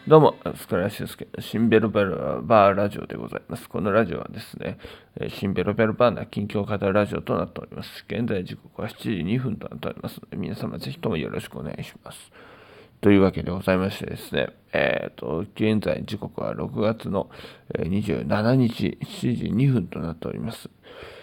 どうも、スカラシスケのシンベロベルバーラジオでございます。このラジオはですね、シンベロベルバーな近況を語るラジオとなっております。現在時刻は7時2分となっておりますので、皆様ぜひともよろしくお願いします。というわけでございましてですね、現在時刻は6月の27日7時2分となっております。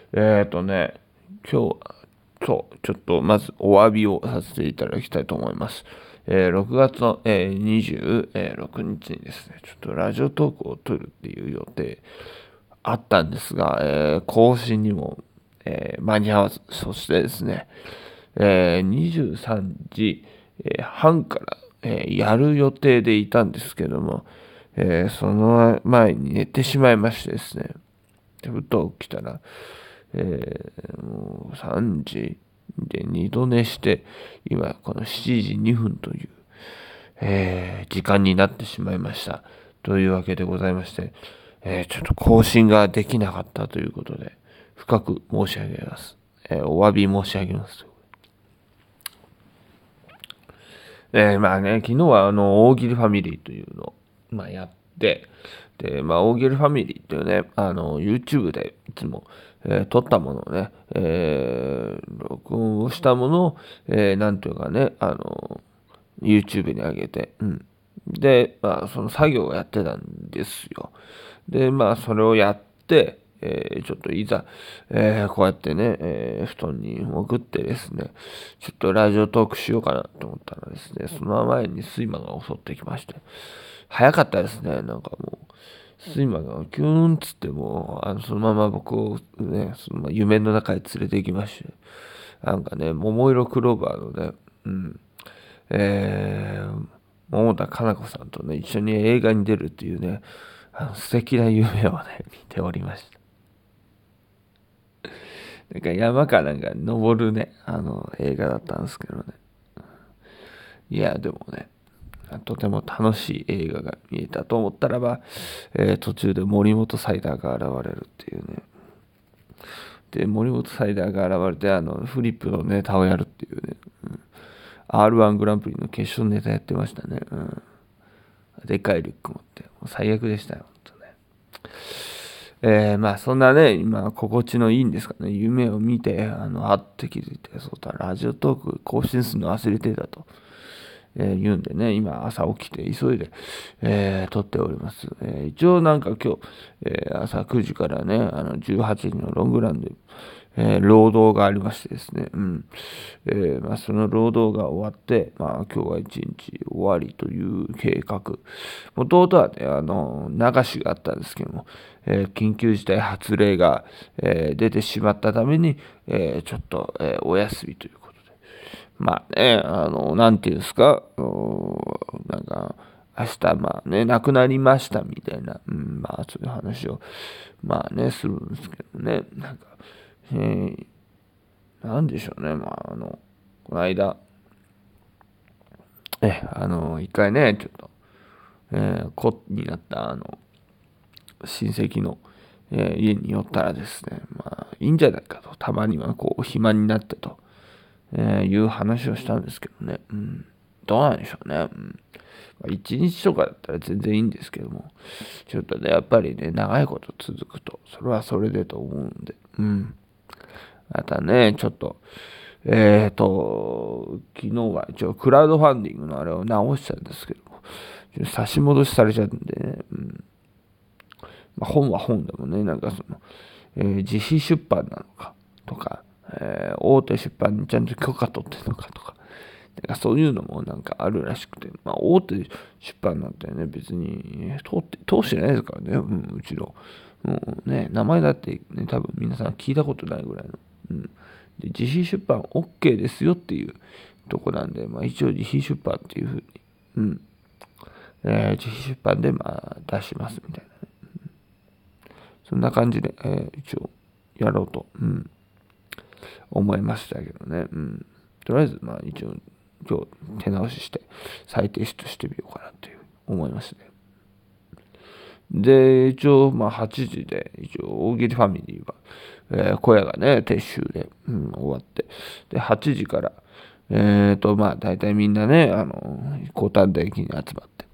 今日はちょっとまずお詫びをさせていただきたいと思います。6月の、26日にですね、ちょっとラジオトークを撮るっていう予定あったんですが、更新にも、間に合わず、そしてですね、23時半から、やる予定でいたんですけども、その前に寝てしまいましてですね、ふと起きたら、もう3時で2度寝して、今この7時2分という、時間になってしまいました。というわけでございまして、ちょっと更新ができなかったということで、深く申し上げます。お詫び申し上げます。まあね、昨日は大喜利ファミリーというのを、やって、で、大喜利ファミリーっていうね、YouTube でいつも、撮ったものをね、録音をしたものを、なんというかね、YouTube に上げて、で、その作業をやってたんですよ。で、それをやって、ちょっといざ、こうやってね、布団に潜ってですね、ちょっとラジオトークしようかなと思ったらですね、その前に睡魔が襲ってきまして、早かったですね、なんかもう、睡魔がキューンつってもそのまま僕をね、その夢の中へ連れて行きまして、なんかね、桃色クローバーのね、桃田かな子さんとね、一緒に映画に出るっていうね、素敵な夢をね、見ておりました。なんか山かなんか登るね、映画だったんですけどね。いや、でもね、とても楽しい映画が見えたと思ったらば、途中で森本サイダーが現れるっていうね。で、森本サイダーが現れて、フリップのネタをやるっていうね。R1 グランプリの決勝ネタやってましたね。でかいリュック持って。もう最悪でしたよ、本当ね。そんなね、今、心地のいいんですかね。夢を見て、って気づいて、そうだ、ラジオトーク更新するの忘れてたと。言うんでね、今朝起きて急いで、撮っております。一応なんか今日、朝9時からね、18時のロングランで、労働がありましてですね、その労働が終わって、今日は一日終わりという計画。もともとはね、流しがあったんですけども、緊急事態発令が、出てしまったために、ちょっと、お休みということで。なんていうんですか、なんか、明日、亡くなりましたみたいな、そういう話を、するんですけどね、なんか、なんでしょうね、この間、一回ね、ちょっと、子になった親戚の、家に寄ったらですね、いいんじゃないかと、たまにはこう、暇になってと、いう話をしたんですけどね、どうなんでしょうね。一日とかだったら全然いいんですけども、ちょっとね、やっぱりね、長いこと続くと、それはそれでと思うんで、またね、ちょっと、昨日は一応クラウドファンディングのあれを直したんですけども、差し戻しされちゃうんでね、本は本でもね、なんかその、自費出版なのかとか、大手出版にちゃんと許可取ってるのかとか、なんかそういうのもなんかあるらしくて、大手出版なんてね、別に通してないですからね、うちの。名前だってね、多分皆さん聞いたことないぐらいの。で自費出版 OK ですよっていうとこなんで、一応自費出版っていうふうに、自費出版で出しますみたいなね。そんな感じで、一応やろうと、思いましたけどね。とりあえず、一応今日手直しして再提出してみようかなという思いますね。で、一応、8時で、一応、大喜利ファミリーは、小屋がね、撤収で、終わって、で、8時から、大体みんなね、高丹田駅に集まって、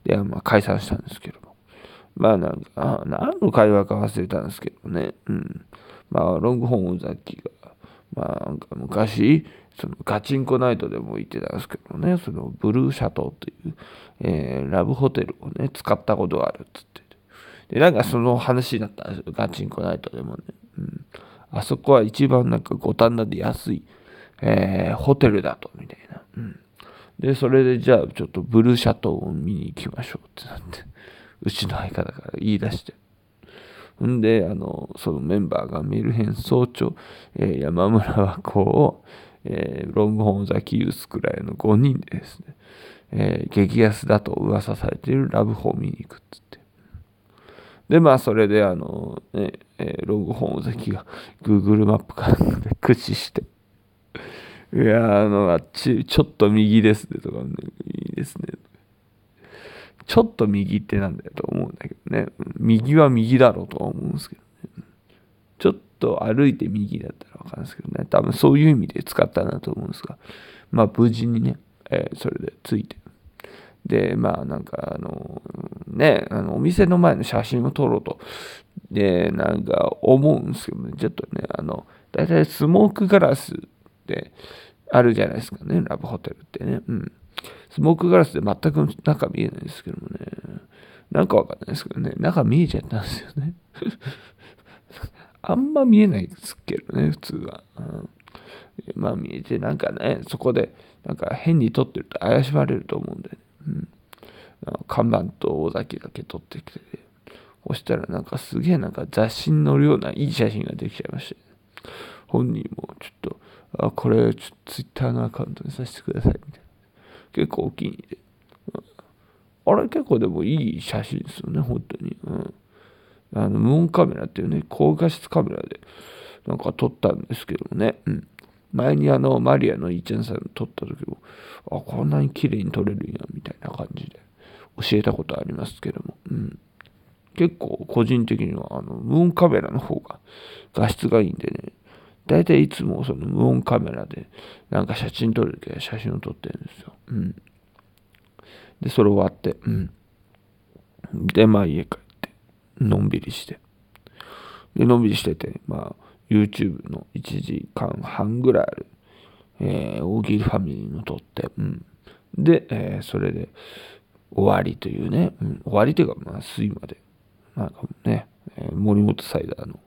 で、まあ解散したんですけども。まあなんか、何の会話か忘れたんですけどね。まあ、ロングホーン尾崎が、まあなんか昔、そのガチンコナイトでも言ってたんですけどね、そのブルーシャトーという、ラブホテルをね、使ったことがあるっつって。で、なんかその話だったんですよ、ガチンコナイトでもね。あそこは一番なんか五反田で安い、ホテルだと、みたいな。で、それでじゃあちょっとブルーシャトーを見に行きましょうってなって、うちの相方から言い出して。んで、そのメンバーがメルヘン総長、山村和子を、ロングホーンザキユースくらいの5人でですね、激安だと噂されているラブホを見に行くっつって。で、まあ、それで、ロングホーンザキが Google マップから駆使して、いや、あっち、ちょっと右ですねとか、ね、いいですね。ちょっと右ってなんだよと思うんだけどね。右は右だろうとは思うんですけどね。ちょっと歩いて右だったらわかるんですけどね。多分そういう意味で使ったなと思うんですが。まあ無事にね、それでついて。で、まあなんかお店の前の写真を撮ろうと、で、なんか思うんですけどね。ちょっとね、だいたいスモークガラスってあるじゃないですかね。ラブホテルってね。スモークガラスで全く中見えないですけどもね。なんかわかんないですけどね。中見えちゃったんですよね。あんま見えないですけどね、普通は。まあ見えて、なんかね、そこで、なんか変に撮ってると怪しまれると思うんで、ね、看板と尾崎だけ撮ってきて、そしたらなんかすげえなんか雑誌に載るようないい写真ができちゃいまして、本人もちょっと、これちょっとツイッターのアカウントにさせてくださいみたいな。結構お気に入りで。あれ結構でもいい写真ですよね、本当に。無音カメラっていうね、高画質カメラでなんか撮ったんですけどもね。前にマリアのイーチェンさん撮った時も、こんなに綺麗に撮れるんや、みたいな感じで教えたことありますけども。結構個人的には無音カメラの方が画質がいいんでね。だいたいいつもその無音カメラでなんか写真撮るときは写真を撮ってるんですよ。で、それ終わって、で、まあ家帰って、のんびりして。で、のんびりしてて、まあ、YouTube の1時間半ぐらいある、大喜利ファミリーの撮って、で、それで終わりというね、終わりというか、まあ、水まで、なんかね、森本サイダーの、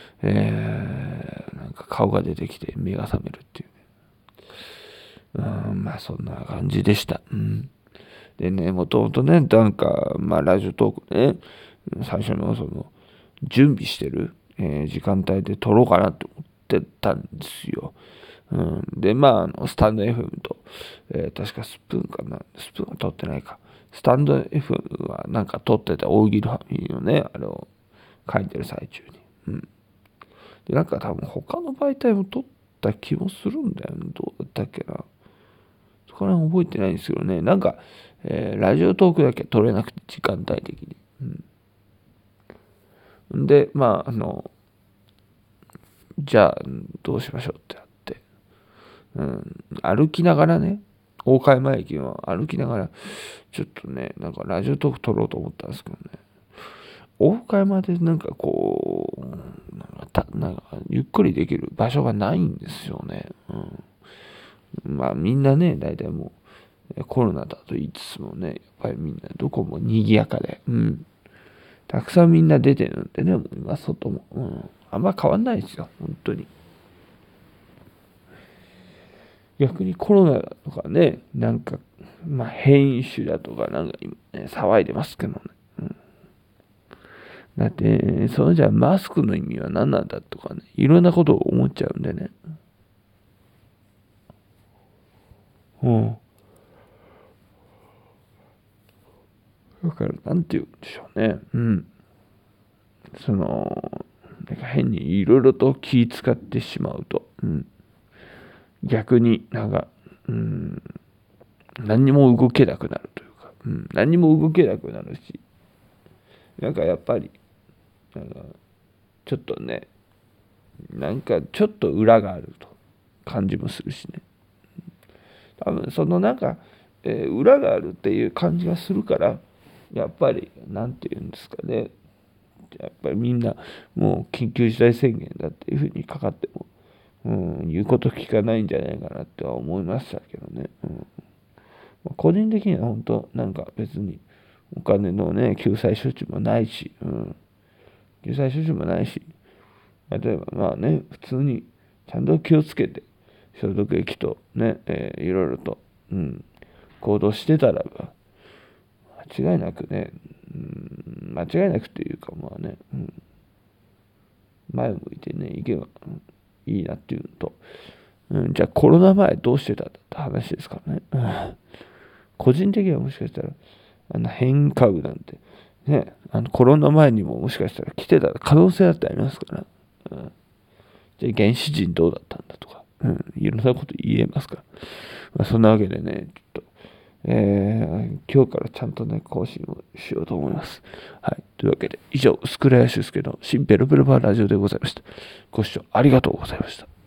なんか顔が出てきて目が覚めるっていうね。まあ、そんな感じでした。でね、もともとね、なんか、まあ、ラジオトークね、最初のその、準備してる、時間帯で撮ろうかなって思ってたんですよ。で、まあ、スタンド FM と、確かスプーンかな、スプーンは撮ってないか。スタンド FM はなんか撮ってた大喜利ファミリーのね、あれを書いてる最中に。で、なんか多分他の媒体も撮った気もするんだよね。どうだったっけな。そこら辺覚えてないんですけどね。なんか、ラジオトークだけ撮れなくて、時間帯的に。で、まあ、じゃあ、どうしましょうってなって。歩きながらね、大岡山駅を歩きながら、ちょっとね、なんかラジオトーク撮ろうと思ったんですけどね。大岡山でなんかこう、なんかゆっくりできる場所がないんですよね。まあみんなね、大体もうコロナだと言いつつもね、やっぱりみんなどこも賑やかで、たくさんみんな出てるんでね、もう今外も、あんま変わんないですよ、本当に。逆にコロナとかね、なんか、まあ変異種だとかなんか今ね、騒いでますけどね。だって、そのじゃあマスクの意味は何なんだとかね、いろんなことを思っちゃうんでね。うん。だから、なんて言うんでしょうね。その、なんか変にいろいろと気使ってしまうと、逆になんか、何にも動けなくなるというか、何にも動けなくなるし、なんかやっぱり、なんかちょっとね、なんかちょっと裏があると感じもするしね。多分そのなんか、裏があるっていう感じがするから、 やっぱり、なんて言うんですかね。やっぱりみんな、もう緊急事態宣言だっていうふうにかかっても、言うこと聞かないんじゃないかなっては思いましたけどね。個人的には本当、なんか別にお金のね、救済処置もないし、救済処置もないし、例えばまあね、普通にちゃんと気をつけて、消毒液とね、いろいろと、行動してたらば、間違いなくね、間違いなくというかまあね、前を向いてね、いけば、いいなっていうのと、じゃあコロナ前どうしてたって話ですからね。個人的にはもしかしたら、変異株なんて、ね、コロナ前にももしかしたら来てた可能性だってありますから、じゃあ原始人どうだったんだとか、いろんなこと言えますから。そんなわけでね、ちょっと、今日からちゃんとね、更新をしようと思います。はい。というわけで、以上、薄倉屋修介の新ベロベロバーラジオでございました。ご視聴ありがとうございました。